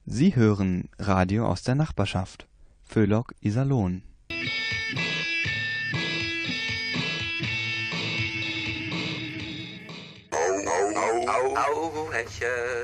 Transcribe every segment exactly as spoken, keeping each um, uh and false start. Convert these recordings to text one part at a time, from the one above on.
Sie hören Radio aus der Nachbarschaft. Föhlock, Iserlohn. Au, au, Heche.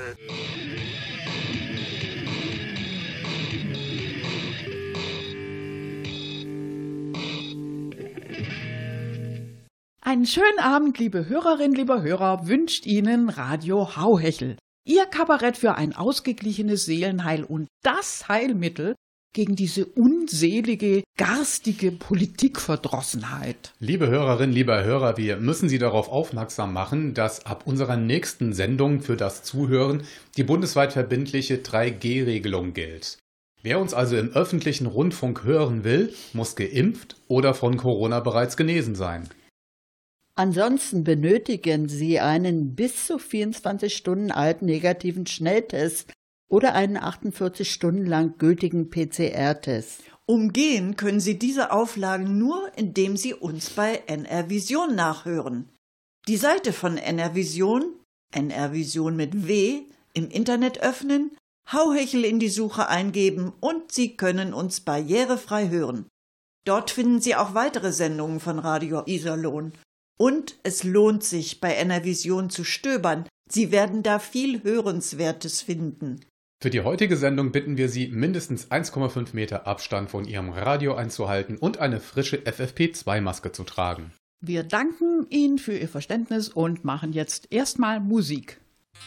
Einen schönen Abend, liebe Hörerinnen, lieber Hörer, wünscht Ihnen Radio Hauhechel. Ihr Kabarett für ein ausgeglichenes Seelenheil und das Heilmittel gegen diese unselige, garstige Politikverdrossenheit. Liebe Hörerinnen, lieber Hörer, wir müssen Sie darauf aufmerksam machen, dass ab unserer nächsten Sendung für das Zuhören die bundesweit verbindliche drei G Regelung gilt. Wer uns also im öffentlichen Rundfunk hören will, muss geimpft oder von Corona bereits genesen sein. Ansonsten benötigen Sie einen bis zu vierundzwanzig Stunden alten negativen Schnelltest oder einen achtundvierzig Stunden lang gültigen P C R-Test. Umgehen können Sie diese Auflagen nur, indem Sie uns bei N R Vision nachhören. Die Seite von N R Vision, N R Vision mit W, im Internet öffnen, Hauhechel in die Suche eingeben und Sie können uns barrierefrei hören. Dort finden Sie auch weitere Sendungen von Radio Iserlohn. Und es lohnt sich, bei N R Vision zu stöbern. Sie werden da viel Hörenswertes finden. Für die heutige Sendung bitten wir Sie, mindestens eins Komma fünf Meter Abstand von Ihrem Radio einzuhalten und eine frische F F P zwei Maske zu tragen. Wir danken Ihnen für Ihr Verständnis und machen jetzt erstmal Musik.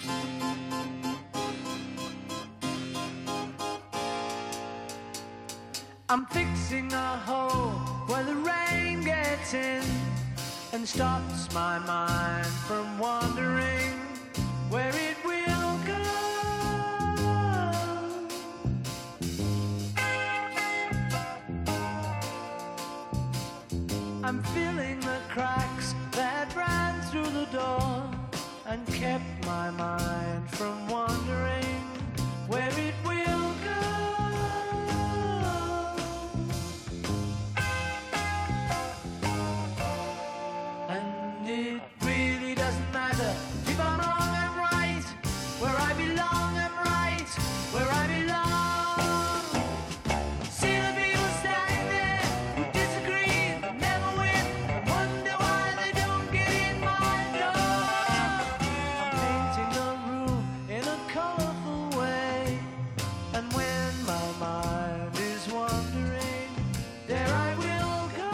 I'm fixing a hole where the rain gets in and stops my mind from wandering where it will go. I'm filling the cracks that ran through the door and kept my mind from wandering where it will go. It really doesn't matter if I'm wrong, I'm right. Where I belong, I'm right. Where I belong. See the people standing there who disagree, but never win, and wonder why they don't get in my door. I'm painting a room in a colorful way, and when my mind is wandering, there I will go.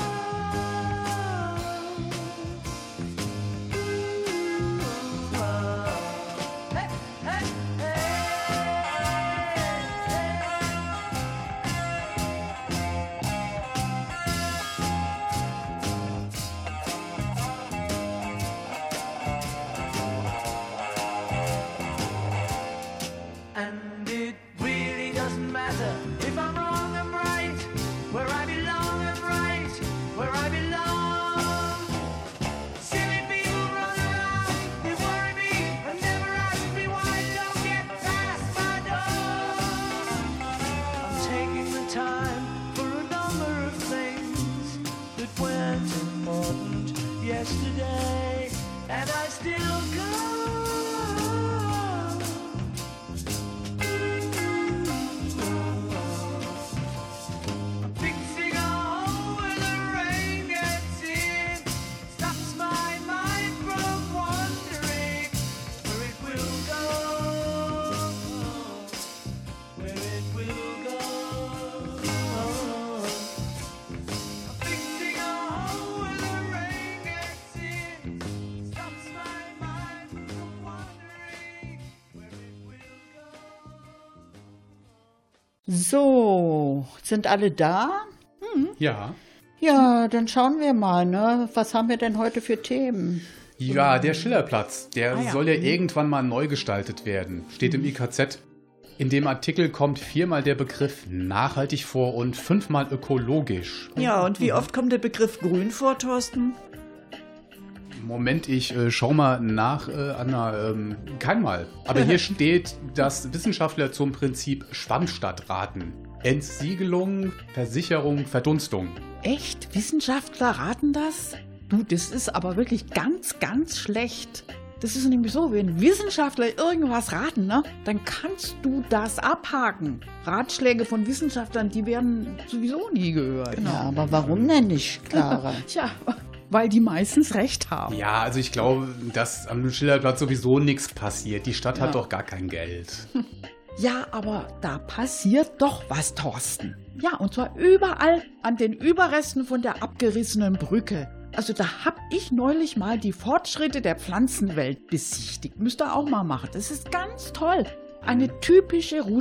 And it really doesn't matter if I'm wrong, I'm right. Where I belong, I'm right. Where I belong. Silly people run around, they worry me and never ask me why I don't get past my door. I'm taking the time for a number of things that weren't important yesterday, and I still go. So, sind alle da? Hm. Ja. Ja, dann schauen wir mal, ne? Was haben wir denn heute für Themen? Ja, der Schillerplatz, der ah, ja. soll ja irgendwann mal neu gestaltet werden. Steht im I K Z. In dem Artikel kommt viermal der Begriff nachhaltig vor und fünfmal ökologisch. Ja, und wie oft kommt der Begriff grün vor, Thorsten? Moment, ich äh, schau mal nach, äh, Anna. Ähm, keinmal. Aber hier steht, dass Wissenschaftler zum Prinzip Schwammstadt raten. Entsiegelung, Versicherung, Verdunstung. Echt? Wissenschaftler raten das? Du, das ist aber wirklich ganz, ganz schlecht. Das ist nämlich so, wenn Wissenschaftler irgendwas raten, ne, dann kannst du das abhaken. Ratschläge von Wissenschaftlern, die werden sowieso nie gehört. Ja, aber warum denn nicht, Clara? Tja, weil die meistens recht haben. Ja, also ich glaube, dass am Schillerplatz sowieso nichts passiert. Die Stadt Ja. hat doch gar kein Geld. Ja, aber da passiert doch was, Thorsten. Ja, und zwar überall an den Überresten von der abgerissenen Brücke. Also da hab ich neulich mal die Fortschritte der Pflanzenwelt besichtigt. Müsst ihr auch mal machen. Das ist ganz toll. Eine typische Ah, die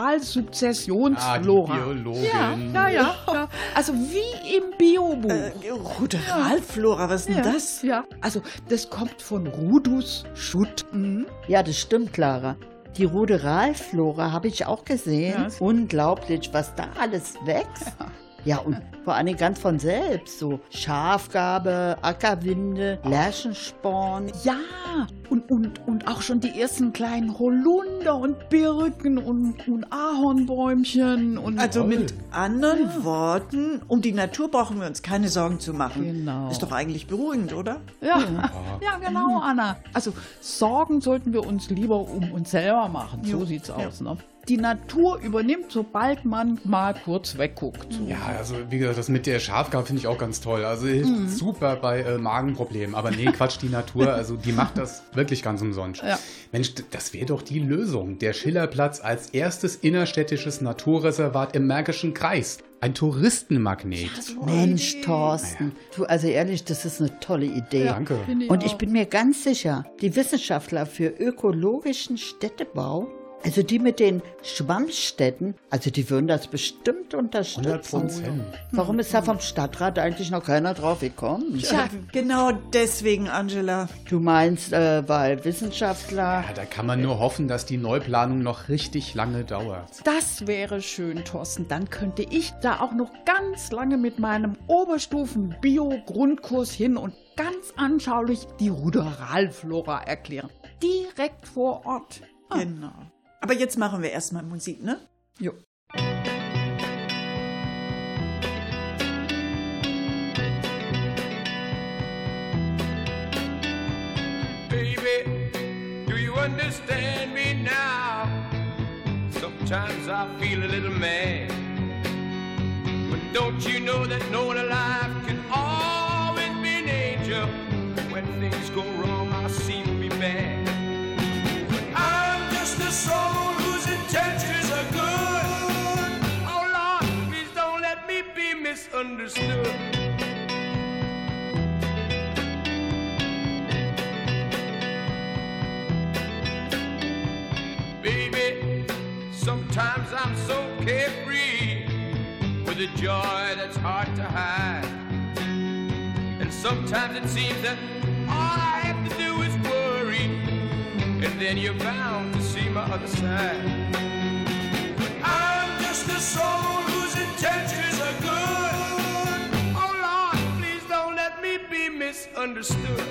Ruderalsukzessionsflora. Biologin. ja, ja, ja, ja. Also wie im Biobuch. Äh, Ruderalflora, was ist denn ja, das? Ja, also das kommt von Rudus Schutt. Mhm. Ja, das stimmt, Clara. Die Ruderalflora habe ich auch gesehen. Ja. Unglaublich, was da alles wächst. Ja, und vor allem ganz von selbst. So Schafgarbe, Ackerwinde, Lärchensporn. Ja, und, und, und auch schon die ersten kleinen Holunder und Birken und, und Ahornbäumchen. Und Also Toll. mit anderen Worten, um die Natur brauchen wir uns keine Sorgen zu machen. Genau. Ist doch eigentlich beruhigend, oder? ja, ja, genau, Anna. Also Sorgen sollten wir uns lieber um uns selber machen. So Jo. sieht's aus, ne? Die Natur übernimmt, sobald man mal kurz wegguckt. So. Ja, also wie gesagt, das mit der Schafgarbe finde ich auch ganz toll. Also hilft super bei äh, Magenproblemen. Aber nee, Quatsch, die Natur, also die macht das wirklich ganz umsonst. Ja. Mensch, d- das wäre doch die Lösung. Der Schillerplatz als erstes innerstädtisches Naturreservat im Märkischen Kreis. Ein Touristenmagnet. Mensch, Thorsten. Du, also ehrlich, das ist eine tolle Idee. Danke. Finde Und ich auch. bin mir ganz sicher, die Wissenschaftler für ökologischen Städtebau, also die mit den Schwammstädten, also die würden das bestimmt hundert unterstützen. Prozent. Warum ist da vom Stadtrat eigentlich noch keiner drauf gekommen? Tja, genau deswegen, Angela. Du meinst, äh, weil Wissenschaftler... Ja, da kann man nur hoffen, dass die Neuplanung noch richtig lange dauert. Das wäre schön, Thorsten. Dann könnte ich da auch noch ganz lange mit meinem Oberstufen-Bio-Grundkurs hin und ganz anschaulich die Ruderalflora erklären. Direkt vor Ort. Genau. Aber jetzt machen wir erstmal Musik, ne? Jo. Baby, do you understand me now? Sometimes I feel a little mad. But don't you know that no one alive can always be an angel? When things go wrong, I seem to be bad. But I'm just a soul whose intentions are good. Oh Lord, please don't let me be misunderstood. Baby, sometimes I'm so carefree with a joy that's hard to hide. And sometimes it seems that all I have to do is worry, and then you're bound to see my other side. But I'm just a soul whose intentions are good. Oh Lord, please don't let me be misunderstood.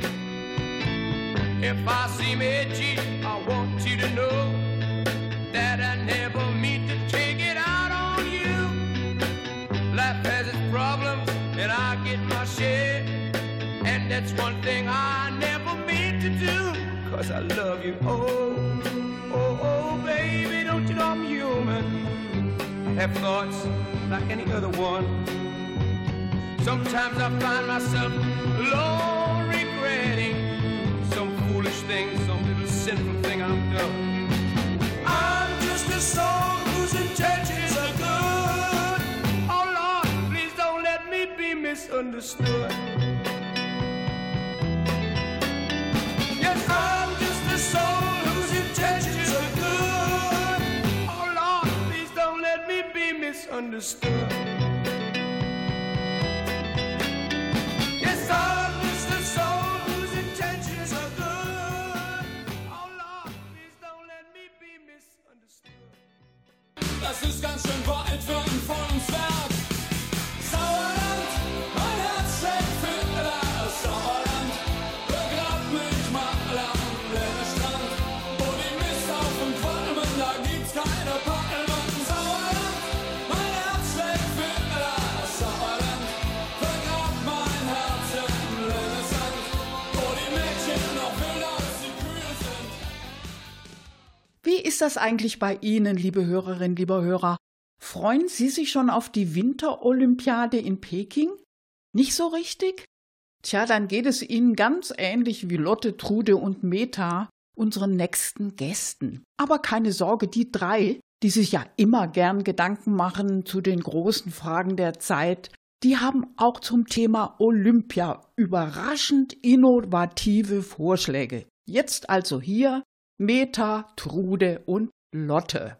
If I seem edgy, I want you to know that I never mean to take it out on you. Life has its problems, and I get my share. And that's one thing I never mean to do, 'cause I love you. Oh, oh, oh, baby, don't you know I'm human? I have thoughts like any other one. Sometimes I find myself alone regretting some foolish thing, some little sinful thing I've done. I'm just a soul whose intentions are good. Oh Lord, please don't let me be misunderstood. Yes, I'm just a soul whose intentions are good. Oh Lord, please don't let me be misunderstood. Yes, I'm just a soul whose intentions are good. Oh Lord, please don't let me be misunderstood. Das ist ganz schön weit für ein Volkswerk. Sauerland, mein Herz schlägt für das Sauerland. Begrab mich mal am Lännestrand, wo die Misthaufen qualmen, da gibt's keine Palmen. Sauerland, mein Herz schlägt für das Sauerland. Begrab mein Herz im Lännesand, wo die Mädchen noch wilder ist das eigentlich bei Ihnen, liebe Hörerinnen, lieber Hörer? Freuen Sie sich schon auf die Winterolympiade in Peking? Nicht so richtig? Tja, dann geht es Ihnen ganz ähnlich wie Lotte, Trude und Meta, unseren nächsten Gästen. Aber keine Sorge, die drei, die sich ja immer gern Gedanken machen zu den großen Fragen der Zeit, die haben auch zum Thema Olympia überraschend innovative Vorschläge. Jetzt also hier Meta, Trude und Lotte.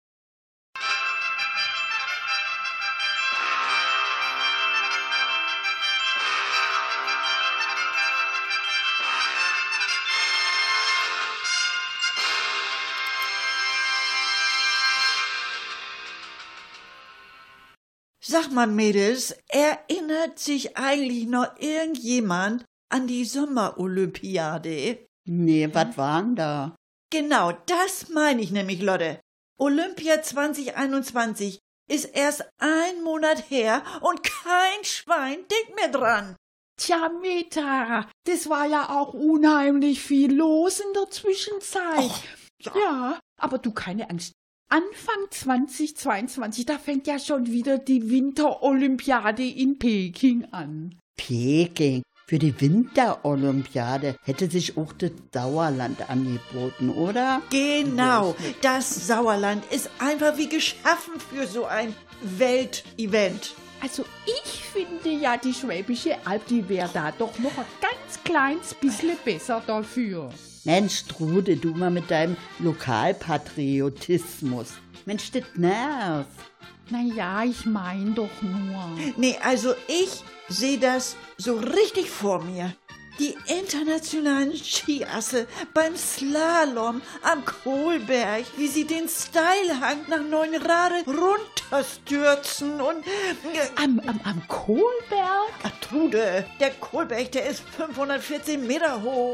Sag mal, Mädels, erinnert sich eigentlich noch irgendjemand an die Sommerolympiade? Nee, was war denn da? Genau, das meine ich nämlich, Lotte. Olympia zwanzig einundzwanzig ist erst ein Monat her und kein Schwein denkt mehr dran. Tja, Meta, das war ja auch unheimlich viel los in der Zwischenzeit. Och, ja. Ja, aber du, keine Angst. Anfang zweitausendzweiundzwanzig, da fängt ja schon wieder die Winterolympiade in Peking an. Peking. Für die Winterolympiade hätte sich auch das Sauerland angeboten, oder? Genau, das Sauerland ist einfach wie geschaffen für so ein Weltevent. Also ich finde ja, die Schwäbische Alb, die wäre da doch noch ein ganz kleines bisschen besser dafür. Mensch, Trude, du mal mit deinem Lokalpatriotismus. Mensch, das nervt. Naja, ich mein doch nur. Nee, also ich sehe das so richtig vor mir. Die internationalen Skiasse beim Slalom am Kohlberg, wie sie den Steilhang nach Neunrade runterstürzen und... Am, am, am Kohlberg? Ach, Trude, der Kohlberg, der ist fünfhundertvierzehn Meter hoch.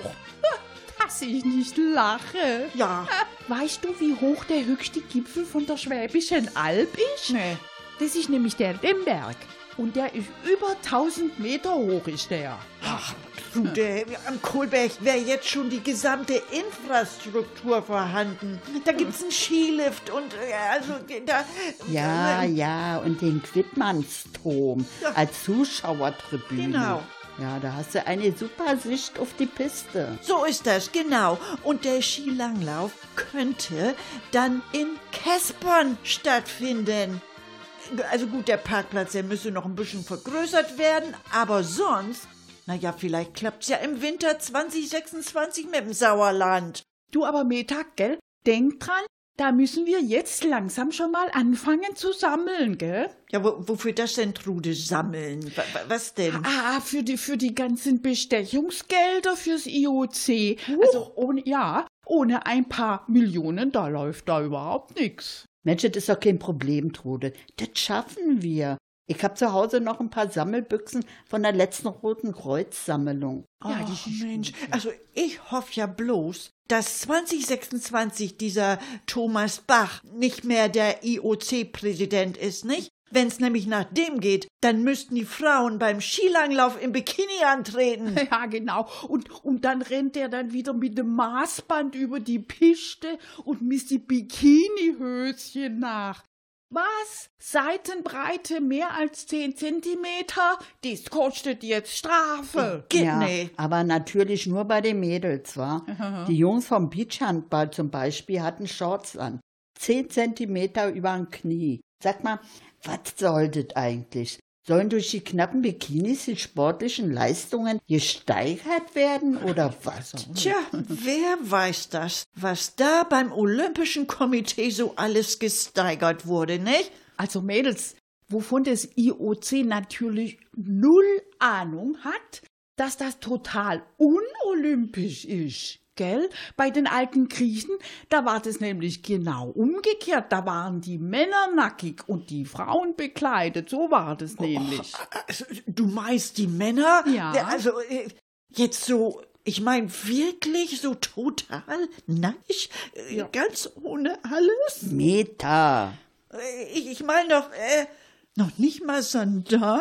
Dass ich nicht lache. Ja. Weißt du, wie hoch der höchste Gipfel von der Schwäbischen Alb ist? Nee. Das ist nämlich der Lemberg. Und der ist über tausend Meter hoch, ist der. Ach, Trude, am Kohlberg wäre jetzt schon die gesamte Infrastruktur vorhanden. Da gibt's einen Skilift und äh, also da... Ja, äh, ja, und den Quidmannsturm Ja. als Zuschauertribüne. Genau. Ja, da hast du eine super Sicht auf die Piste. So ist das, genau. Und der Skilanglauf könnte dann in Kespern stattfinden. Also gut, der Parkplatz, der müsste noch ein bisschen vergrößert werden, aber sonst, naja, vielleicht klappt's ja im Winter zwanzig sechsundzwanzig mit dem Sauerland. Du aber, Meta, gell? Denk dran, da müssen wir jetzt langsam schon mal anfangen zu sammeln, gell? Ja, wo, wofür das denn, Trude, sammeln? Wa- wa- Was denn? Ah, für die, für die ganzen Bestechungsgelder fürs I O C. Also ohne, ja, ohne ein paar Millionen, da läuft da überhaupt nichts. Mensch, das ist doch kein Problem, Trude. Das schaffen wir. Ich habe zu Hause noch ein paar Sammelbüchsen von der letzten Roten Kreuz-Sammlung. Ja, Ach, die ist Mensch, gut, ja. also ich hoffe ja bloß, dass zwanzig sechsundzwanzig dieser Thomas Bach nicht mehr der I O C-Präsident ist, nicht? Wenn's nämlich nach dem geht, dann müssten die Frauen beim Skilanglauf im Bikini antreten. Ja, genau. Und, und dann rennt er dann wieder mit dem Maßband über die Piste und misst die Bikinihöschen nach. Was? Seitenbreite mehr als zehn Zentimeter? Das kostet jetzt Strafe. Geht ja, nicht. aber natürlich nur bei den Mädels, wa? Die Jungs vom Beachhandball zum Beispiel hatten Shorts an. Zehn Zentimeter über dem Knie. Sag mal, was soll das eigentlich? Sollen durch die knappen Bikinis die sportlichen Leistungen gesteigert werden oder was? Tja, wer weiß das, was da beim Olympischen Komitee so alles gesteigert wurde, nicht? Also Mädels, wovon das I O C natürlich null Ahnung hat, dass das total unolympisch ist. Gell? Bei den alten Griechen, da war das nämlich genau umgekehrt. Da waren die Männer nackig und die Frauen bekleidet. So war das nämlich. Also, du meinst die Männer? Ja. Also, äh, jetzt so, ich meine wirklich so total nackig? Äh, Ganz ohne alles? Meta. Äh, Ich, ich meine doch, äh, noch nicht mal Sandalen?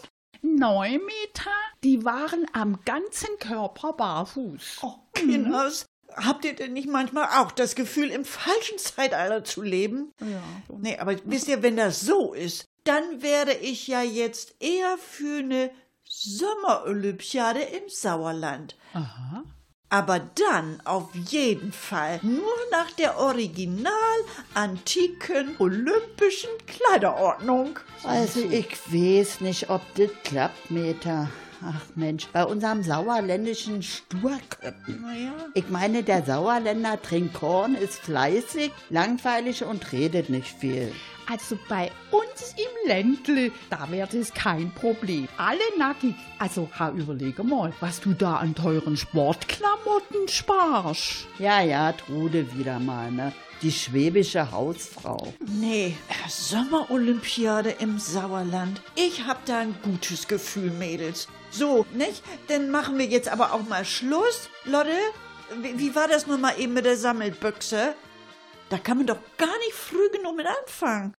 Neun Meter, die waren am ganzen Körper barfuß. Oh, Kinders, Habt ihr denn nicht manchmal auch das Gefühl, im falschen Zeitalter zu leben? Ja. Nee, aber wisst ihr, wenn das so ist, dann wäre ich ja jetzt eher für eine Sommerolympiade im Sauerland. Aha. Aber dann auf jeden Fall nur nach der original antiken olympischen Kleiderordnung. Also ich weiß nicht, ob das klappt, Meta. Ach Mensch, bei unserem sauerländischen Sturköppen. Naja. Ich meine, der Sauerländer trinkt Korn, ist fleißig, langweilig und redet nicht viel. Also bei uns im Ländle, da wäre das kein Problem. Alle nackig. Also, ha, überlege mal, was du da an teuren Sportklamotten sparst. Ja, ja, Trude wieder mal, ne? Die schwäbische Hausfrau. Nee, Sommerolympiade im Sauerland. Ich hab da ein gutes Gefühl, Mädels. So, nicht? Dann machen wir jetzt aber auch mal Schluss. Lotte, wie, wie war das nun mal eben mit der Sammelbüchse? Da kann man doch gar nicht früh genug mit anfangen.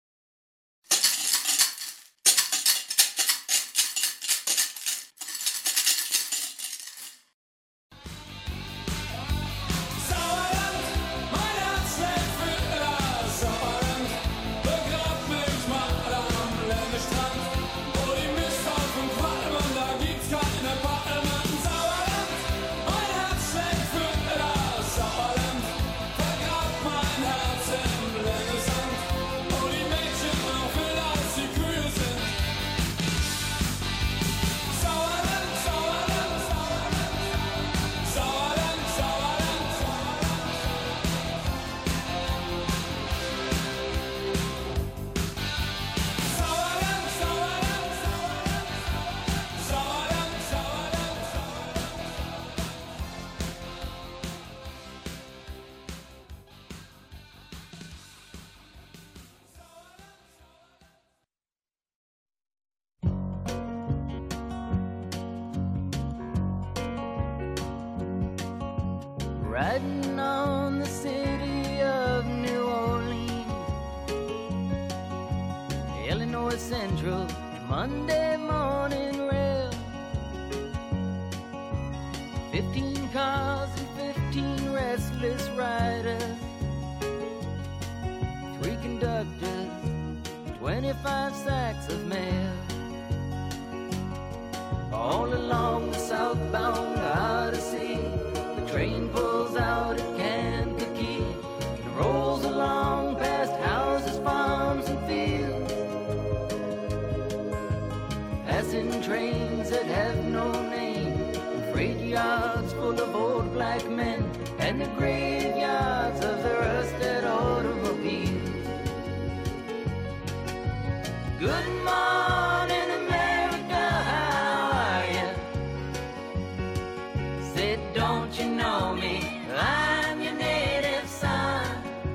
Sauerland, mein Herz schlägt für das Sauerland. Begrab mich mal am Ländestrand, wo die Misthaufen qualmen, da gibt's keine Palmen. Sauerland, mein Herz schlägt für das Sauerland. Begrab mein Herz im Längesand, wo die Mädchen noch wilder als die Kühe sind. Sauerland, Sauerland, Sauerland, Sauerland, Sauerland, Sauerland, Sauerland, Sauerland, Sauerland, Riding on the city of New Orleans, Illinois Central, Monday morning rail. Fifteen cars and fifteen restless riders, three conductors, twenty-five sacks of mail. All along the southbound Odyssey, the train pulls out at Kankakee. It rolls along past houses, farms, and fields, passing trains that have no name, and freight yards full of old black men, and the graveyards of the rusted automobiles. Good morning, America, how are you? Said, don't you know me? I'm your native son.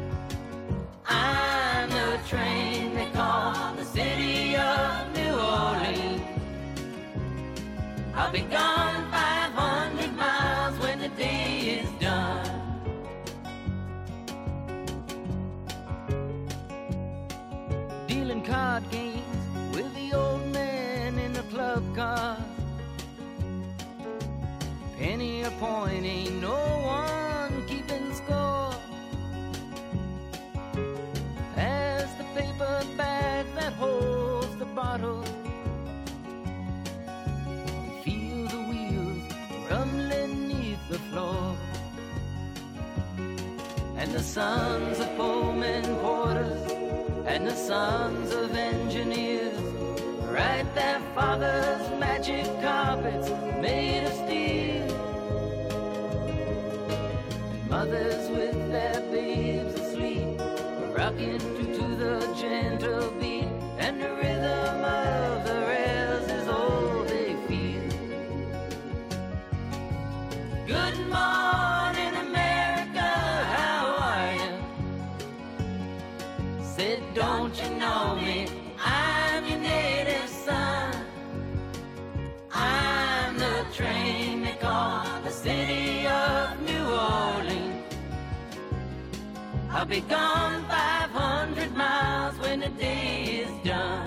I'm the train they call the city of New Orleans. I'll be gone five hundred miles when the day is done. Dealing card games with the old man in the club car. Penny a point, ain't no one keeping score. Pass the paper bag that holds the bottle. Feel the wheels rumbling neath the floor. And the sons of Pullman porters and the sons of engineers ride their father's magic carpets made of steel. And mothers with their babes asleep rocking to, to the gentle beat, and the rhythm of the rails is all they feel. Good morning, America, how are you? Said, don't you know me? I'm your native son. I'm the train they call the city of New Orleans. I'll be gone five hundred miles when the day is done.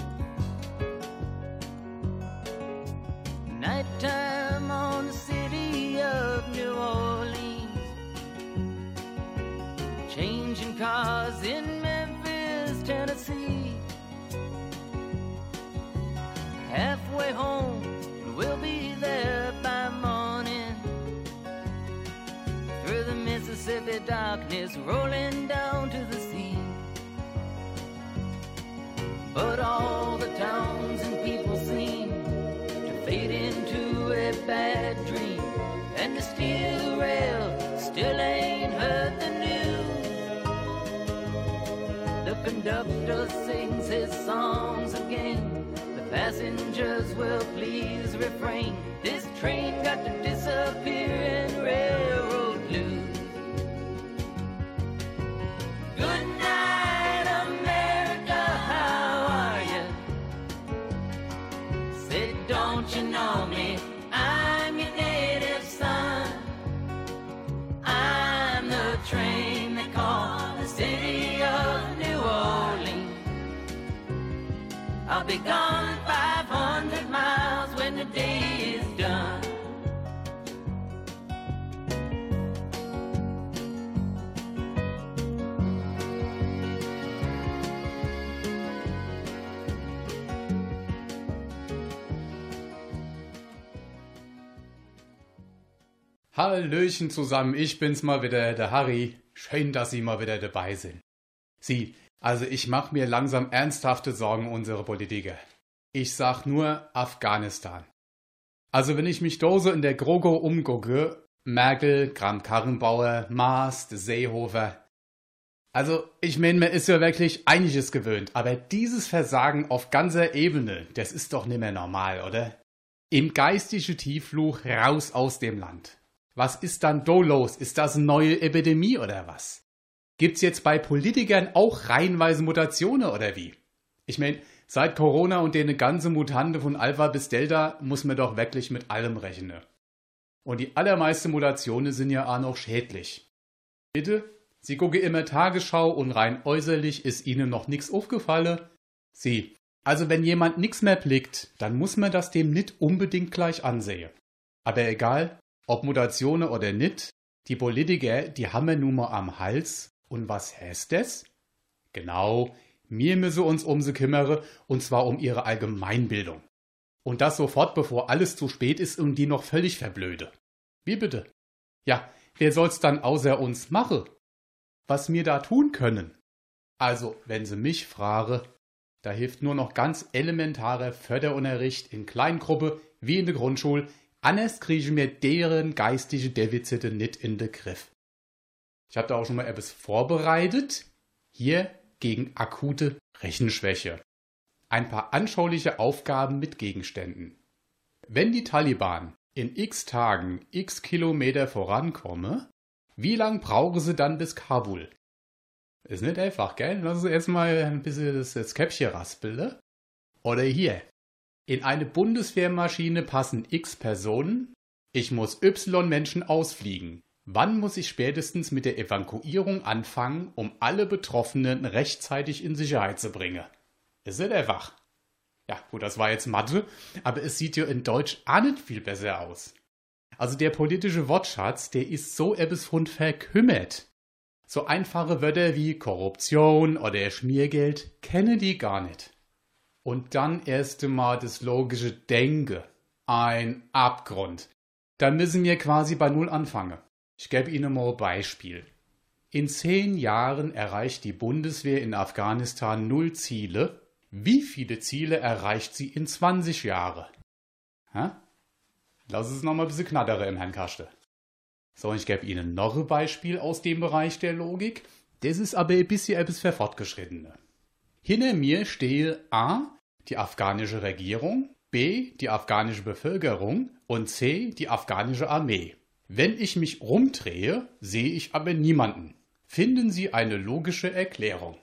Nighttime on the city changing cars in Memphis, Tennessee. Halfway home, we'll be there by morning. Through the Mississippi darkness, rolling down to the sea. But all the towns and people seem to fade into a bad dream, and the steel rail still ain't heard the news. The conductor sings his songs again. The passengers will please refrain. This train got to disappear in railroad blues. Good night, America, how are you? Say, don't you know me? I'm your native son. I'm the train they call the city of New Orleans. I'll be gone five hundred miles when the day is done. Hallöchen zusammen, ich bin's mal wieder, der Harry. Schön, dass Sie mal wieder dabei sind. Sie, also ich mache mir langsam ernsthafte Sorgen um unsere Politiker. Ich sag nur Afghanistan. Also wenn ich mich da so in der GroKo umgucke, Merkel, Kramp-Karrenbauer, Maas, de Seehofer. Also ich meine, man ist ja wirklich einiges gewöhnt, aber dieses Versagen auf ganzer Ebene, das ist doch nicht mehr normal, oder? Im geistigen Tiefflug raus aus dem Land. Was ist dann da los? Ist das eine neue Epidemie oder was? Gibt's jetzt bei Politikern auch reihenweise Mutationen oder wie? Ich meine, seit Corona und den ganzen Mutante von Alpha bis Delta muss man doch wirklich mit allem rechnen. Und die allermeisten Mutationen sind ja auch noch schädlich. Bitte? Sie gucken immer Tagesschau und rein äußerlich ist Ihnen noch nichts aufgefallen? Sie, also wenn jemand nichts mehr blickt, dann muss man das dem nicht unbedingt gleich ansehen. Aber egal, ob Mutationen oder nicht, die Politiker, die haben wir nun mal am Hals. Und was heißt das? Genau, wir müssen uns um sie kümmern, und zwar um ihre Allgemeinbildung. Und das sofort, bevor alles zu spät ist und die noch völlig verblöde. Wie bitte? Ja, wer soll's dann außer uns machen? Was wir da tun können? Also, wenn Sie mich fragen, da hilft nur noch ganz elementarer Förderunterricht in Kleingruppe, wie in der Grundschule. Anders kriegen wir deren geistige Defizite nicht in den Griff. Ich habe da auch schon mal etwas vorbereitet. Hier gegen akute Rechenschwäche. Ein paar anschauliche Aufgaben mit Gegenständen. Wenn die Taliban in x Tagen x Kilometer vorankommen, wie lang brauchen sie dann bis Kabul? Ist nicht einfach, gell? Lass uns erstmal ein bisschen das, das Käppchen raspeln. Oder hier. In eine Bundeswehrmaschine passen x Personen. Ich muss y Menschen ausfliegen. Wann muss ich spätestens mit der Evakuierung anfangen, um alle Betroffenen rechtzeitig in Sicherheit zu bringen? Ist nicht einfach. Ja, gut, das war jetzt Mathe, aber es sieht ja in Deutsch auch nicht viel besser aus. Also der politische Wortschatz, der ist so etwas von verkümmert. So einfache Wörter wie Korruption oder Schmiergeld kennen die gar nicht. Und dann erst einmal das logische Denken. Ein Abgrund. Da müssen wir quasi bei Null anfangen. Ich gebe Ihnen mal ein Beispiel. In zehn Jahren erreicht die Bundeswehr in Afghanistan null Ziele. Wie viele Ziele erreicht sie in zwanzig Jahren? Hä? Lass es noch mal ein bisschen knattere im Herrn Kaste. So, ich gebe Ihnen noch ein Beispiel aus dem Bereich der Logik. Das ist aber ein bisschen etwas für Fortgeschrittene. Hinter mir stehe A, die afghanische Regierung, B, die afghanische Bevölkerung und C, die afghanische Armee. Wenn ich mich rumdrehe, sehe ich aber niemanden. Finden Sie eine logische Erklärung.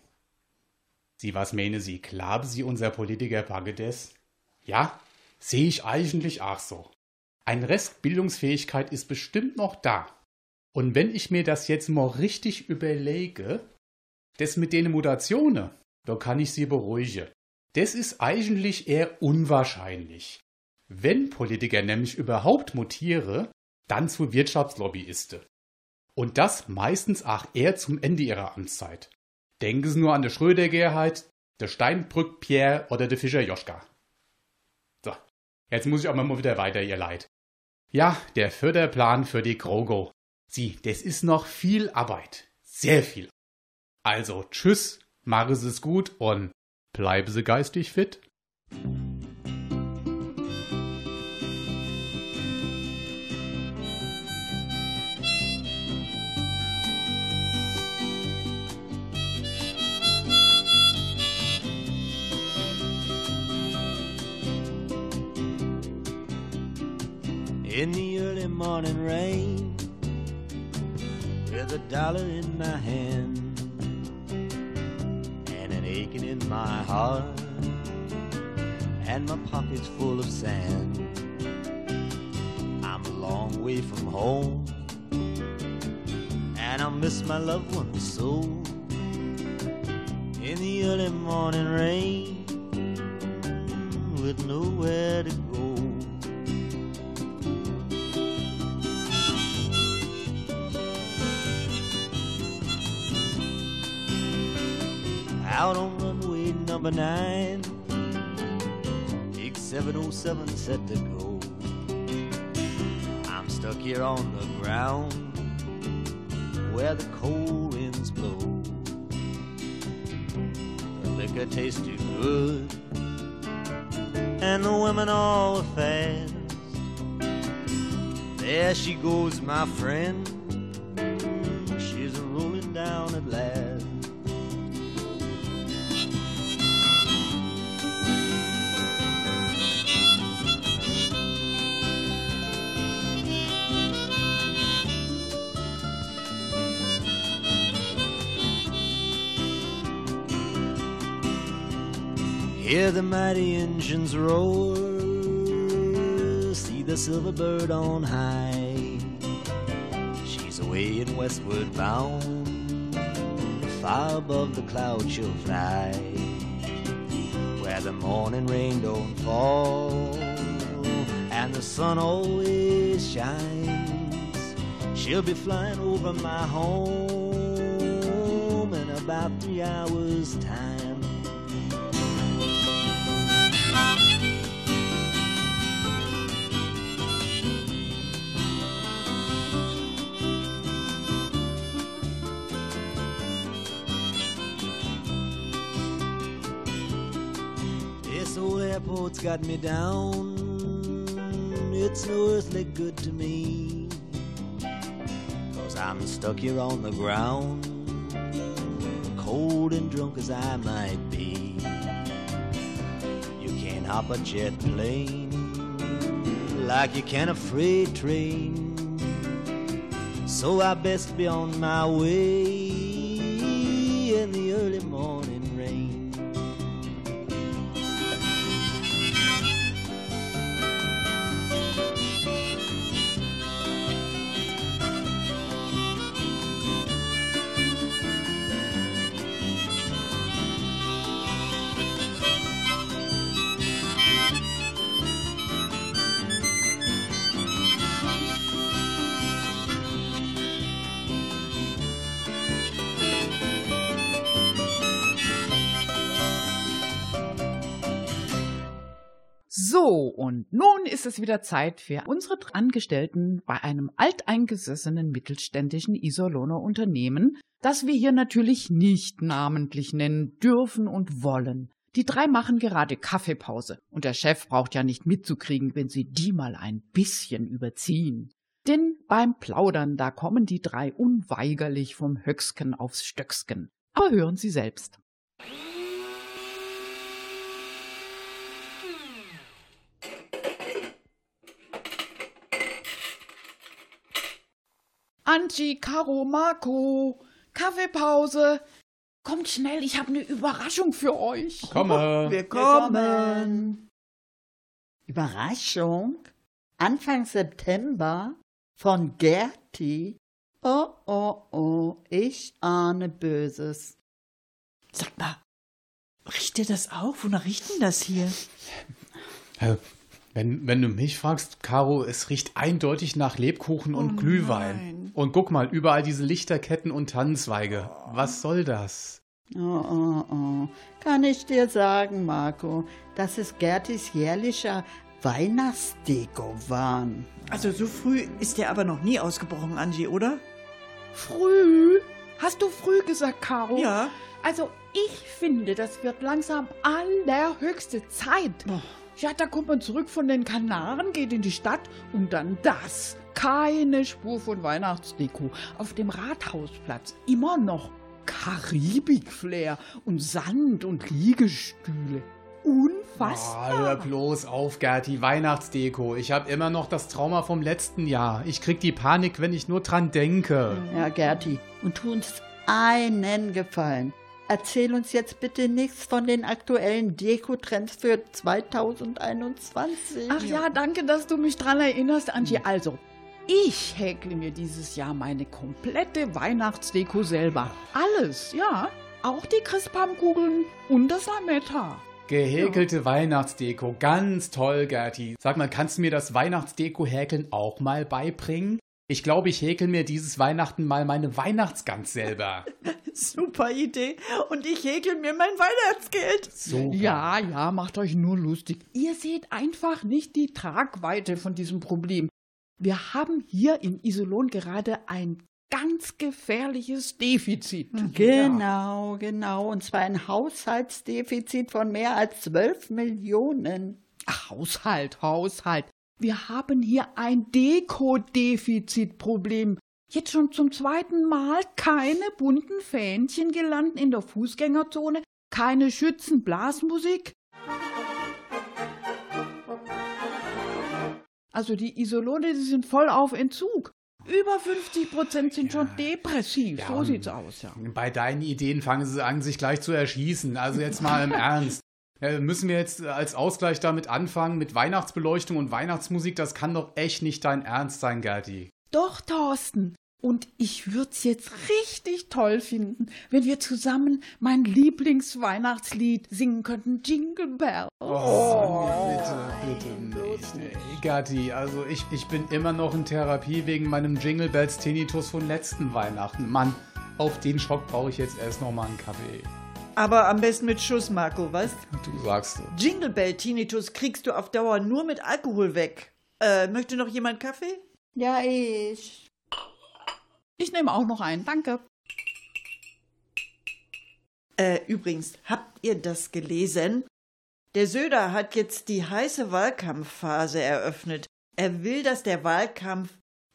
Sie, was meinen Sie, glauben Sie, unser Politiker packe das? Ja, sehe ich eigentlich auch so. Ein Rest Bildungsfähigkeit ist bestimmt noch da. Und wenn ich mir das jetzt mal richtig überlege, das mit den Mutationen, da kann ich Sie beruhigen. Das ist eigentlich eher unwahrscheinlich. Wenn Politiker nämlich überhaupt mutiere, dann zu Wirtschaftslobbyisten. Und das meistens auch eher zum Ende ihrer Amtszeit. Denken Sie nur an der Schröder-Gerhard, der Steinbrück-Pierre oder der Fischer-Joschka. So, jetzt muss ich auch mal wieder weiter, ihr Leid. Ja, der Förderplan für die GroGo. Sie, das ist noch viel Arbeit. Sehr viel. Also, tschüss, machen Sie es gut und bleiben Sie geistig fit. In the early morning rain, with a dollar in my hand and an aching in my heart and my pockets full of sand. I'm a long way from home and I miss my loved ones so. In the early morning rain, with nowhere to go. Out on runway number nine, big seven oh seven set to go. I'm stuck here on the ground where the cold winds blow. The liquor tastes too good and the women all are fast. There she goes, my friend, she's rolling down at last. Hear the mighty engines roar, see the silver bird on high. She's away and westward bound, far above the clouds she'll fly. Where the morning rain don't fall and the sun always shines. She'll be flying over my home in about three hours' time. This old airport's got me down, it's no earthly good to me, 'cause I'm stuck here on the ground, cold and drunk as I might be. You can't hop a jet plane like you can a freight train, so I best be on my way in the early morning rain. So, und nun ist es wieder Zeit für unsere Angestellten bei einem alteingesessenen mittelständischen Iserlohner Unternehmen, das wir hier natürlich nicht namentlich nennen dürfen und wollen. Die drei machen gerade Kaffeepause und der Chef braucht ja nicht mitzukriegen, wenn sie die mal ein bisschen überziehen. Denn beim Plaudern, da kommen die drei unweigerlich vom Höcksken aufs Stöcksken. Aber hören Sie selbst. Angie, Caro, Marco, Kaffeepause. Kommt schnell, ich habe eine Überraschung für euch. Komme. Willkommen. Überraschung? Anfang September von Gerti? Oh, oh, oh, ich ahne Böses. Sag mal, riecht ihr das auch? Wonach riecht denn das hier? Äh, Wenn, wenn du mich fragst, Caro, es riecht eindeutig nach Lebkuchen und Oh Glühwein. nein. Und guck mal, überall diese Lichterketten und Tannenzweige. Was soll das? Oh, oh, oh. Kann ich dir sagen, Marco, das ist Gertis jährlicher Weihnachtsdeko-Wahn. Also so früh ist der aber noch nie ausgebrochen, Angie, oder? Früh? Hast du früh gesagt, Caro? Ja. Also ich finde, das wird langsam allerhöchste Zeit. Ja, da kommt man zurück von den Kanaren, geht in die Stadt und dann das. Keine Spur von Weihnachtsdeko. Auf dem Rathausplatz immer noch Karibik-Flair und Sand und Liegestühle. Unfassbar. Oh, hör bloß auf, Gerti, Weihnachtsdeko. Ich habe immer noch das Trauma vom letzten Jahr. Ich krieg die Panik, wenn ich nur dran denke. Ja, Gerti, und tu uns einen Gefallen. Erzähl uns jetzt bitte nichts von den aktuellen Deko-Trends für zweitausendeinundzwanzig. Ach ja, danke, dass du mich dran erinnerst, Angie. Also, ich häkle mir dieses Jahr meine komplette Weihnachtsdeko selber. Alles, ja. Auch die Christbaumkugeln und das Lametta. Gehäkelte Weihnachtsdeko, ganz toll, Gerti. Sag mal, kannst du mir das Weihnachtsdeko-Häkeln auch mal beibringen? Ich glaube, ich häkel mir dieses Weihnachten mal meine Weihnachtsgans selber. Super Idee. Und ich häkel mir mein Weihnachtsgeld. Super. Ja, ja, macht euch nur lustig. Ihr seht einfach nicht die Tragweite von diesem Problem. Wir haben hier in Iserlohn gerade ein ganz gefährliches Defizit. Genau, genau. Und zwar ein Haushaltsdefizit von mehr als zwölf Millionen. Ach, Haushalt, Haushalt. Wir haben hier ein Dekodefizitproblem. Jetzt schon zum zweiten Mal keine bunten Fähnchen gelandet in der Fußgängerzone, keine Schützenblasmusik. Also die Iserlohner, die sind voll auf Entzug. Über fünfzig Prozent sind schon depressiv. Ja, so sieht's aus, ja. Bei deinen Ideen fangen sie an, sich gleich zu erschießen. Also jetzt mal im Ernst. Äh, müssen wir jetzt als Ausgleich damit anfangen, mit Weihnachtsbeleuchtung und Weihnachtsmusik? Das kann doch echt nicht dein Ernst sein, Gerti. Doch, Thorsten. Und ich würde es jetzt richtig toll finden, wenn wir zusammen mein Lieblingsweihnachtslied singen könnten, Jingle Bell. Oh, nee, bitte, bitte nicht. Ey, Gerti, also ich, ich bin immer noch in Therapie wegen meinem Jingle Bells Tinnitus von letzten Weihnachten. Mann, auf den Schock brauche ich jetzt erst noch mal einen Kaffee. Aber am besten mit Schuss, Marco, was? Du sagst so. Jingle Bell Tinnitus kriegst du auf Dauer nur mit Alkohol weg. Äh, möchte noch jemand Kaffee? Ja, ich. Ich nehme auch noch einen, danke. Äh, übrigens, habt ihr das gelesen? Der Söder hat jetzt die heiße Wahlkampfphase eröffnet. Er will, dass der Wahlkampf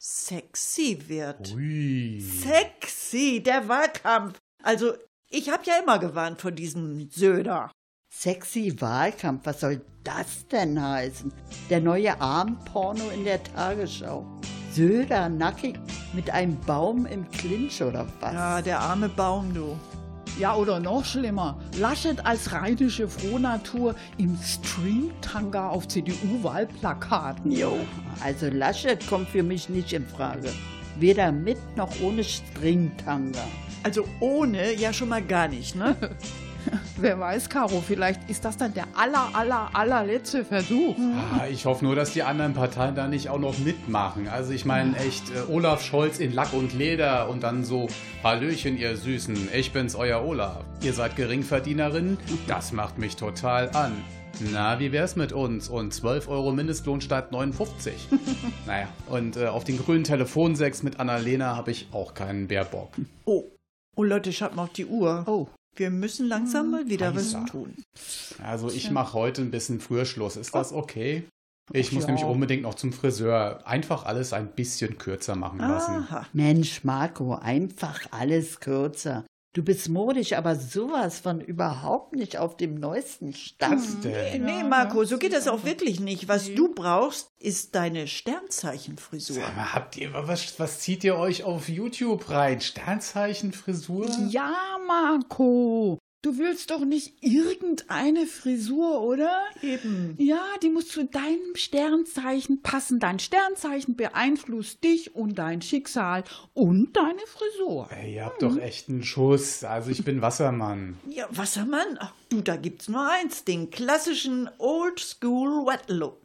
sexy wird. Ui. Sexy, der Wahlkampf. Also, ich habe ja immer gewarnt vor diesem Söder. Sexy Wahlkampf, was soll das denn heißen? Der neue Abendporno in der Tagesschau. Söder nackig mit einem Baum im Clinch oder was? Ja, der arme Baum, du. Ja, oder noch schlimmer, Laschet als rheinische Frohnatur im Stringtanga auf C D U-Wahlplakaten. Jo, also Laschet kommt für mich nicht in Frage. Weder mit noch ohne Stringtanga. Also ohne ja schon mal gar nicht, ne? Wer weiß, Caro, vielleicht ist das dann der aller, aller, allerletzte Versuch. Ah, ich hoffe nur, dass die anderen Parteien da nicht auch noch mitmachen. Also ich meine echt, äh, Olaf Scholz in Lack und Leder und dann so, Hallöchen, ihr Süßen, ich bin's, euer Olaf. Ihr seid Geringverdienerinnen? Das macht mich total an. Na, wie wär's mit uns? Und zwölf Euro Mindestlohn statt neunundfünfzig. Naja, und äh, auf den grünen Telefonsex mit Annalena habe ich auch keinen Bärbock. Oh, oh Leute, schaut mal auf die Uhr. Oh. Wir müssen langsam mal wieder Heißer. was tun. Also ich mache heute ein bisschen früher Schluss. Ist das okay? Ich muss Ja. nämlich unbedingt noch zum Friseur. Einfach alles ein bisschen kürzer machen lassen. Aha. Mensch, Marco, einfach alles kürzer. Du bist modisch, aber sowas von überhaupt nicht auf dem neuesten Stand. Nee, nee, Marco, so geht das auch wirklich nicht. Was du brauchst, ist deine Sternzeichenfrisur. Sag mal, habt ihr, was, was zieht ihr euch auf YouTube rein? Sternzeichenfrisur? Ja, Marco, du willst doch nicht irgendeine Frisur, oder? Eben. Ja, die muss zu deinem Sternzeichen passen. Dein Sternzeichen beeinflusst dich und dein Schicksal und deine Frisur. Ey, ihr habt doch echt einen Schuss. Also ich bin Wassermann. Ja, Wassermann? Ach, du, da gibt's nur eins, den klassischen Old School Wet Look.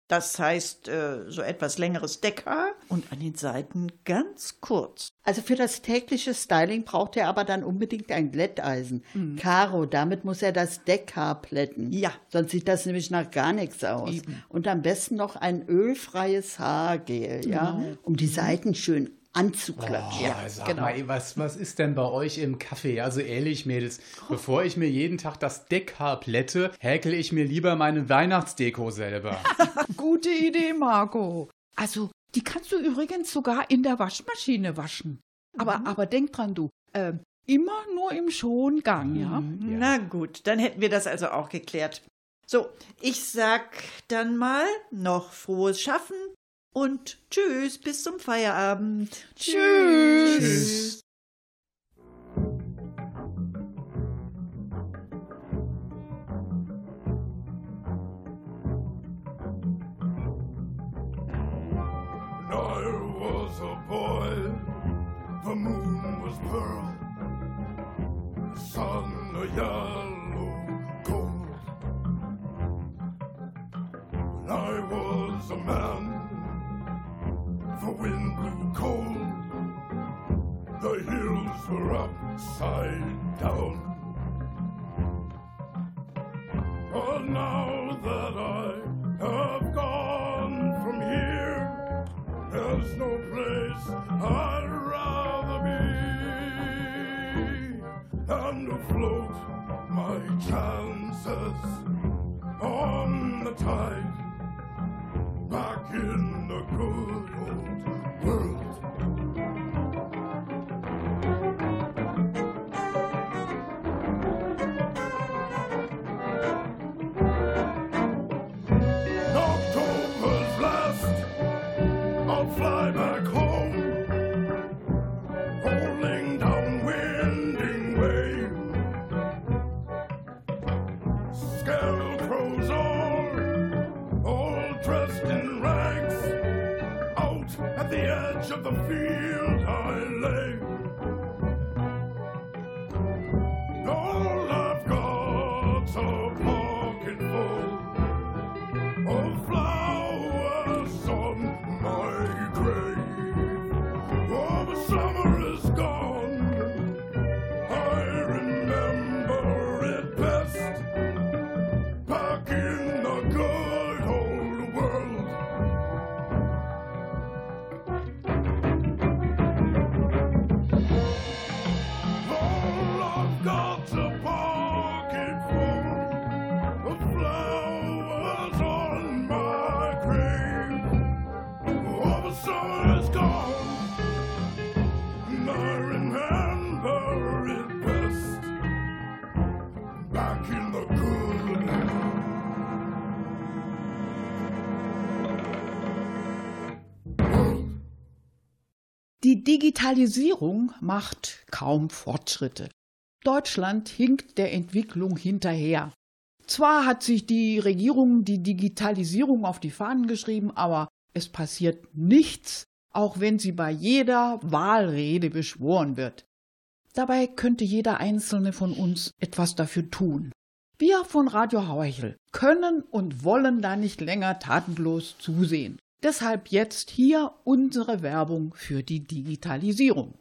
Das heißt, äh, so etwas längeres Deckhaar und an den Seiten ganz kurz. Also für das tägliche Styling braucht er aber dann unbedingt ein Glätteisen. Mhm. Caro, damit muss er das Deckhaar plätten. Ja. Sonst sieht das nämlich nach gar nichts aus. Eben. Und am besten noch ein ölfreies Haargel, ja, mhm. um die Seiten schön anzuklatschen. Oh, ja, sag genau. mal, was, was ist denn bei euch im Kaffee? Also ehrlich, Mädels, bevor ich mir jeden Tag das Deckhaar plätte, häkel ich mir lieber meine Weihnachtsdeko selber. Gute Idee, Marco. Also, die kannst du übrigens sogar in der Waschmaschine waschen. Aber, mhm. aber denk dran, du, äh, immer nur im Schongang, mhm. ja? ja? Na gut, dann hätten wir das also auch geklärt. So, ich sag dann mal noch frohes Schaffen. Und tschüss, bis zum Feierabend. Tschüss. Tschüss. I was a boy, the moon was pearl, the sun a yellow gold. When I was a man, the wind blew cold, the hills were upside down. But now that I have gone from here, there's no place I'd rather be than to float my chances on the tide back in the good old world. October's last, I'll fly back home, rolling down winding way. Scarecrows all, all dressed in rags, out at the edge of the field I lay. All I've got's a pocket full of flowers on my grave. Oh, the summer is gone, I remember it best, back in the good old world. All I've got's a pocket full of flowers on my grave. Oh, the summer is gone, and I remember it best, back in the good world. Die Digitalisierung macht kaum Fortschritte. Deutschland hinkt der Entwicklung hinterher. Zwar hat sich die Regierung die Digitalisierung auf die Fahnen geschrieben, aber es passiert nichts, auch wenn sie bei jeder Wahlrede beschworen wird. Dabei könnte jeder Einzelne von uns etwas dafür tun. Wir von Radio Hauhechel können und wollen da nicht länger tatenlos zusehen. Deshalb jetzt hier unsere Werbung für die Digitalisierung.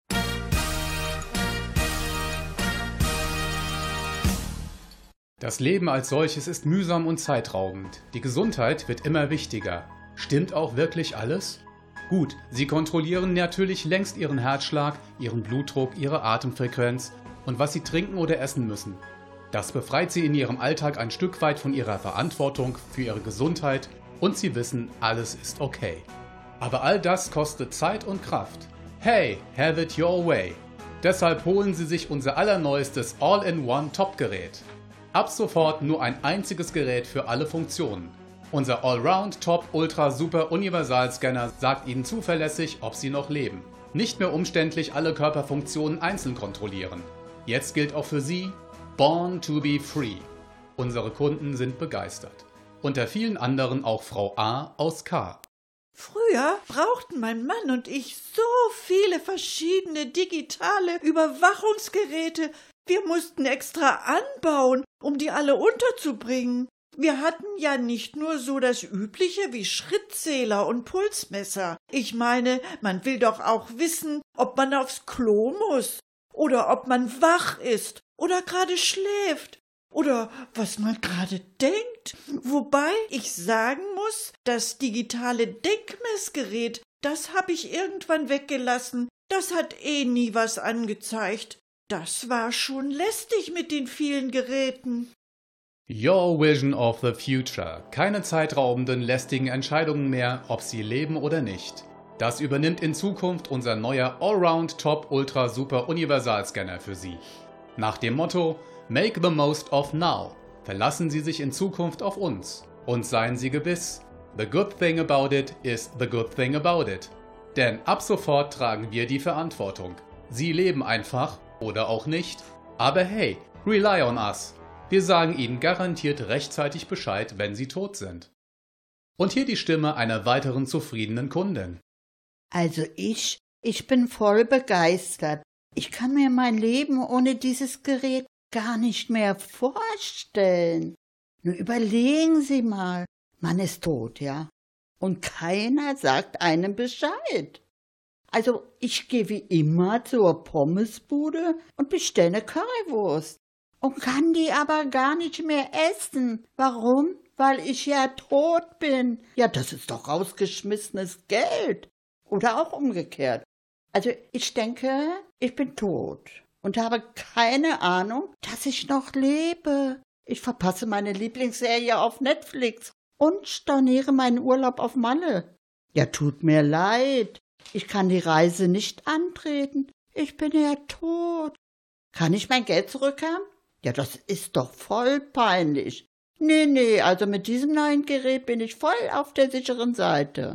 Das Leben als solches ist mühsam und zeitraubend. Die Gesundheit wird immer wichtiger. Stimmt auch wirklich alles? Gut, Sie kontrollieren natürlich längst Ihren Herzschlag, Ihren Blutdruck, Ihre Atemfrequenz und was Sie trinken oder essen müssen. Das befreit Sie in Ihrem Alltag ein Stück weit von Ihrer Verantwortung für Ihre Gesundheit und Sie wissen, alles ist okay. Aber all das kostet Zeit und Kraft. Hey, have it your way. Deshalb holen Sie sich unser allerneuestes All-in-One-Top-Gerät. Ab sofort nur ein einziges Gerät für alle Funktionen. Unser Allround Top Ultra Super Universalscanner sagt Ihnen zuverlässig, ob Sie noch leben. Nicht mehr umständlich alle Körperfunktionen einzeln kontrollieren. Jetzt gilt auch für Sie Born to be Free. Unsere Kunden sind begeistert. Unter vielen anderen auch Frau A aus K. Früher brauchten mein Mann und ich so viele verschiedene digitale Überwachungsgeräte. Wir mussten extra anbauen, um die alle unterzubringen. Wir hatten ja nicht nur so das Übliche wie Schrittzähler und Pulsmesser. Ich meine, man will doch auch wissen, ob man aufs Klo muss oder ob man wach ist oder gerade schläft oder was man gerade denkt. Wobei ich sagen muss, das digitale Denkmessgerät, das habe ich irgendwann weggelassen. Das hat eh nie was angezeigt. Das war schon lästig mit den vielen Geräten. Your vision of the future. Keine zeitraubenden, lästigen Entscheidungen mehr, ob Sie leben oder nicht. Das übernimmt in Zukunft unser neuer Allround Top Ultra Super Universalscanner für Sie. Nach dem Motto Make the most of now verlassen Sie sich in Zukunft auf uns. Und seien Sie gewiss, the good thing about it is the good thing about it. Denn ab sofort tragen wir die Verantwortung. Sie leben einfach oder auch nicht. Aber hey, rely on us. Wir sagen Ihnen garantiert rechtzeitig Bescheid, wenn Sie tot sind. Und hier die Stimme einer weiteren zufriedenen Kundin. Also ich, ich bin voll begeistert. Ich kann mir mein Leben ohne dieses Gerät gar nicht mehr vorstellen. Nur überlegen Sie mal, man ist tot, ja? Und keiner sagt einem Bescheid. Also ich gehe wie immer zur Pommesbude und bestelle eine Currywurst. Und kann die aber gar nicht mehr essen. Warum? Weil ich ja tot bin. Ja, das ist doch rausgeschmissenes Geld. Oder auch umgekehrt. Also ich denke, ich bin tot und habe keine Ahnung, dass ich noch lebe. Ich verpasse meine Lieblingsserie auf Netflix und storniere meinen Urlaub auf Malle. Ja, tut mir leid. Ich kann die Reise nicht antreten. Ich bin ja tot. Kann ich mein Geld zurückhaben? Ja, das ist doch voll peinlich. Nee, nee, also mit diesem neuen Gerät bin ich voll auf der sicheren Seite.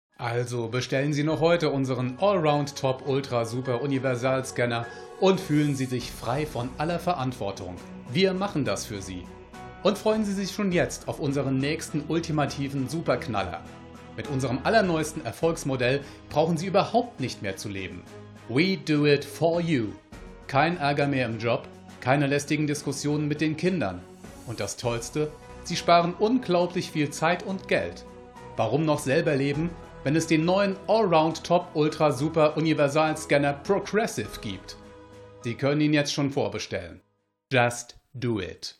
Also bestellen Sie noch heute unseren Allround Top Ultra Super Universal Scanner und fühlen Sie sich frei von aller Verantwortung. Wir machen das für Sie. Und freuen Sie sich schon jetzt auf unseren nächsten ultimativen Superknaller. Mit unserem allerneuesten Erfolgsmodell brauchen Sie überhaupt nicht mehr zu leben. We do it for you. Kein Ärger mehr im Job, keine lästigen Diskussionen mit den Kindern. Und das Tollste, Sie sparen unglaublich viel Zeit und Geld. Warum noch selber leben, wenn es den neuen Allround Top Ultra Super Universal Scanner Progressive gibt? Sie können ihn jetzt schon vorbestellen. Just do it.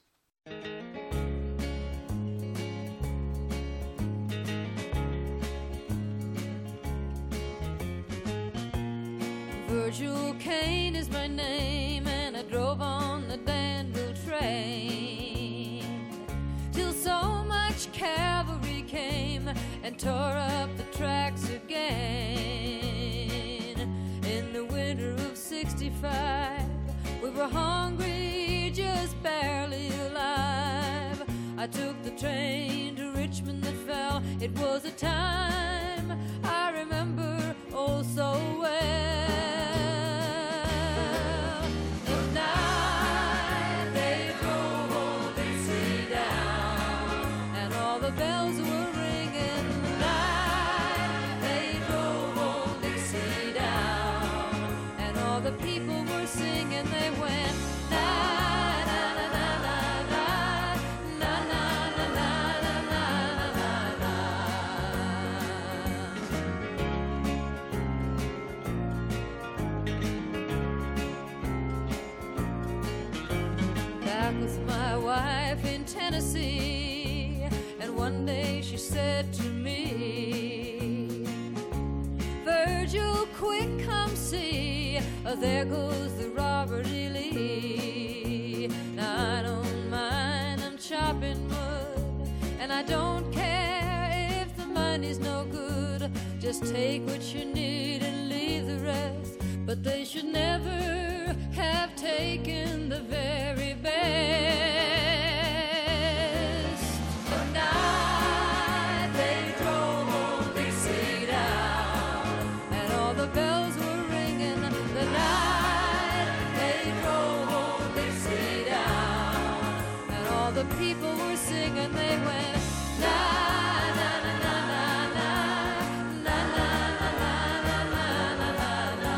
Virgil Kane is my name, and I drove on the Danville train till so much cavalry came and tore up the tracks again. In the winter of sixty-five, we were hungry, just barely alive. I took the train to Richmond that fell. It was a time I remember oh so well. Tennessee, and one day she said to me, Virgil, quick come see, oh, there goes the Robert E. Lee. Now I don't mind, I'm chopping wood, and I don't care if the money's no good. Just take what you need and leave the rest, but they should never have taken the very best. People were singing, they went la la la la la la la la la la la la.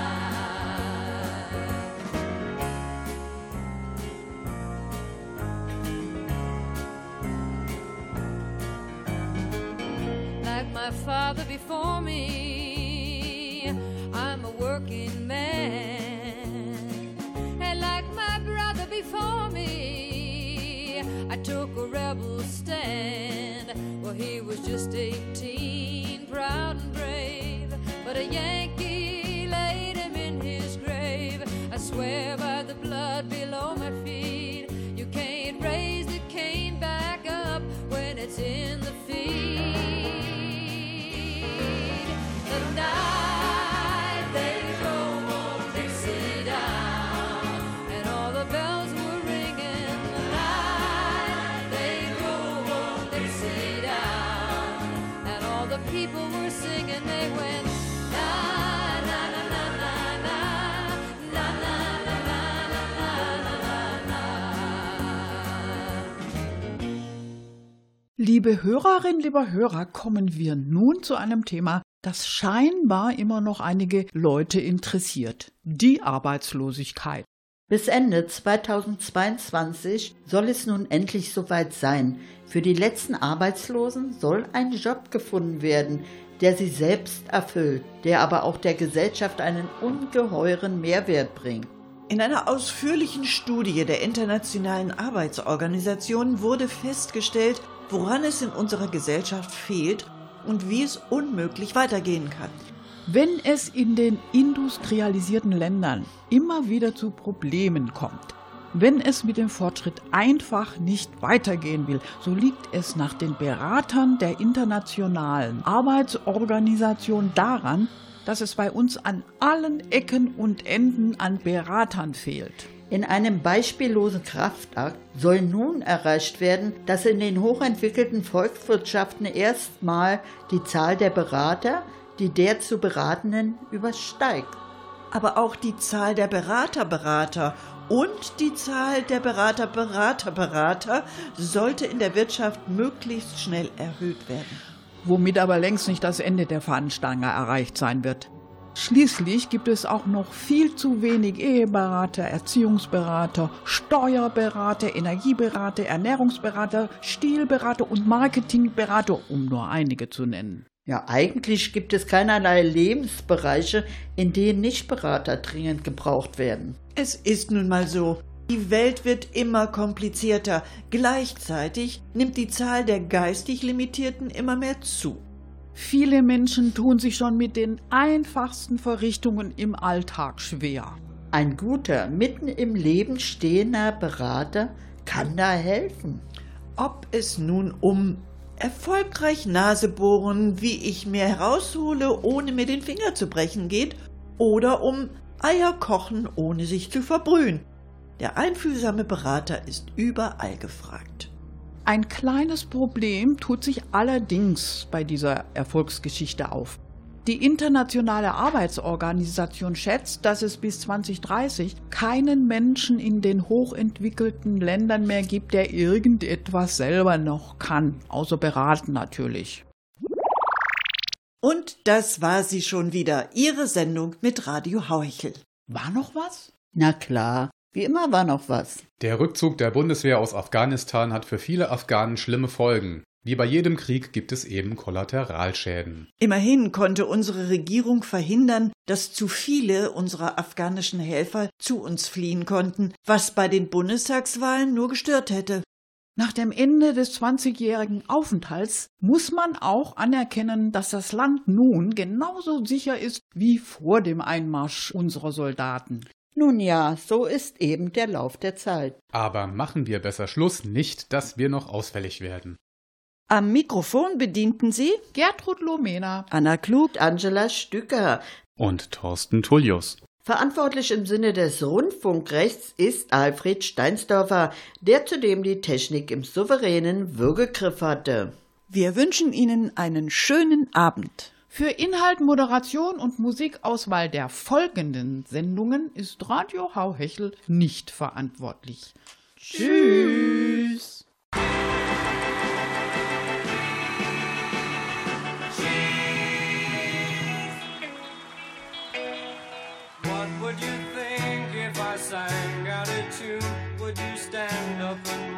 my father before me, I'm a working man. And like my brother before me, I took a rebel stand. Well, he was just eighteen, proud and brave, but a Yankee laid him in his grave. I swear by the blood below my feet, you can't raise the cane back up when it's in the feed. The night they drove old Dixie down, and all the bells were ringing. The night they drove old Dixie down, and all the people were singing. They went na na na na na na na na na na na na. Liebe Hörerinnen, lieber Hörer, kommen wir nun zu einem Thema, das scheinbar immer noch einige Leute interessiert: die Arbeitslosigkeit. Bis Ende zweitausendzweiundzwanzig soll es nun endlich soweit sein. Für die letzten Arbeitslosen soll ein Job gefunden werden, der sie selbst erfüllt, der aber auch der Gesellschaft einen ungeheuren Mehrwert bringt. In einer ausführlichen Studie der Internationalen Arbeitsorganisation wurde festgestellt, woran es in unserer Gesellschaft fehlt und wie es unmöglich weitergehen kann. Wenn es in den industrialisierten Ländern immer wieder zu Problemen kommt, wenn es mit dem Fortschritt einfach nicht weitergehen will, so liegt es nach den Beratern der Internationalen Arbeitsorganisation daran, dass es bei uns an allen Ecken und Enden an Beratern fehlt. In einem beispiellosen Kraftakt soll nun erreicht werden, dass in den hochentwickelten Volkswirtschaften erstmal die Zahl der Berater die der zu Beratenden übersteigt. Aber auch die Zahl der Berater-Berater und die Zahl der Berater-Berater-Berater sollte in der Wirtschaft möglichst schnell erhöht werden. Womit aber längst nicht das Ende der Fahnenstange erreicht sein wird. Schließlich gibt es auch noch viel zu wenig Eheberater, Erziehungsberater, Steuerberater, Energieberater, Ernährungsberater, Stilberater und Marketingberater, um nur einige zu nennen. Ja, eigentlich gibt es keinerlei Lebensbereiche, in denen Nichtberater dringend gebraucht werden. Es ist nun mal so. Die Welt wird immer komplizierter. Gleichzeitig nimmt die Zahl der geistig Limitierten immer mehr zu. Viele Menschen tun sich schon mit den einfachsten Verrichtungen im Alltag schwer. Ein guter, mitten im Leben stehender Berater kann da helfen. Ob es nun um erfolgreich Nase bohren, wie ich mir heraushole, ohne mir den Finger zu brechen geht, oder um Eier kochen, ohne sich zu verbrühen. Der einfühlsame Berater ist überall gefragt. Ein kleines Problem tut sich allerdings bei dieser Erfolgsgeschichte auf. Die Internationale Arbeitsorganisation schätzt, dass es bis zwanzig dreißig keinen Menschen in den hochentwickelten Ländern mehr gibt, der irgendetwas selber noch kann, außer beraten natürlich. Und das war sie schon wieder, Ihre Sendung mit Radio Hauhechel. War noch was? Na klar, wie immer war noch was. Der Rückzug der Bundeswehr aus Afghanistan hat für viele Afghanen schlimme Folgen. Wie bei jedem Krieg gibt es eben Kollateralschäden. Immerhin konnte unsere Regierung verhindern, dass zu viele unserer afghanischen Helfer zu uns fliehen konnten, was bei den Bundestagswahlen nur gestört hätte. Nach dem Ende des zwanzigjährigen Aufenthalts muss man auch anerkennen, dass das Land nun genauso sicher ist wie vor dem Einmarsch unserer Soldaten. Nun ja, so ist eben der Lauf der Zeit. Aber machen wir besser Schluss, nicht, dass wir noch ausfällig werden. Am Mikrofon bedienten sie Gertrud Lomena, Anna Klug, Angela Stücker und Thorsten Tullius. Verantwortlich im Sinne des Rundfunkrechts ist Alfred Steinsdorfer, der zudem die Technik im souveränen Würgegriff hatte. Wir wünschen Ihnen einen schönen Abend. Für Inhalt, Moderation und Musikauswahl der folgenden Sendungen ist Radio Hauhechel nicht verantwortlich. Tschüss! What would you think if I sang out a tune? Would you stand up and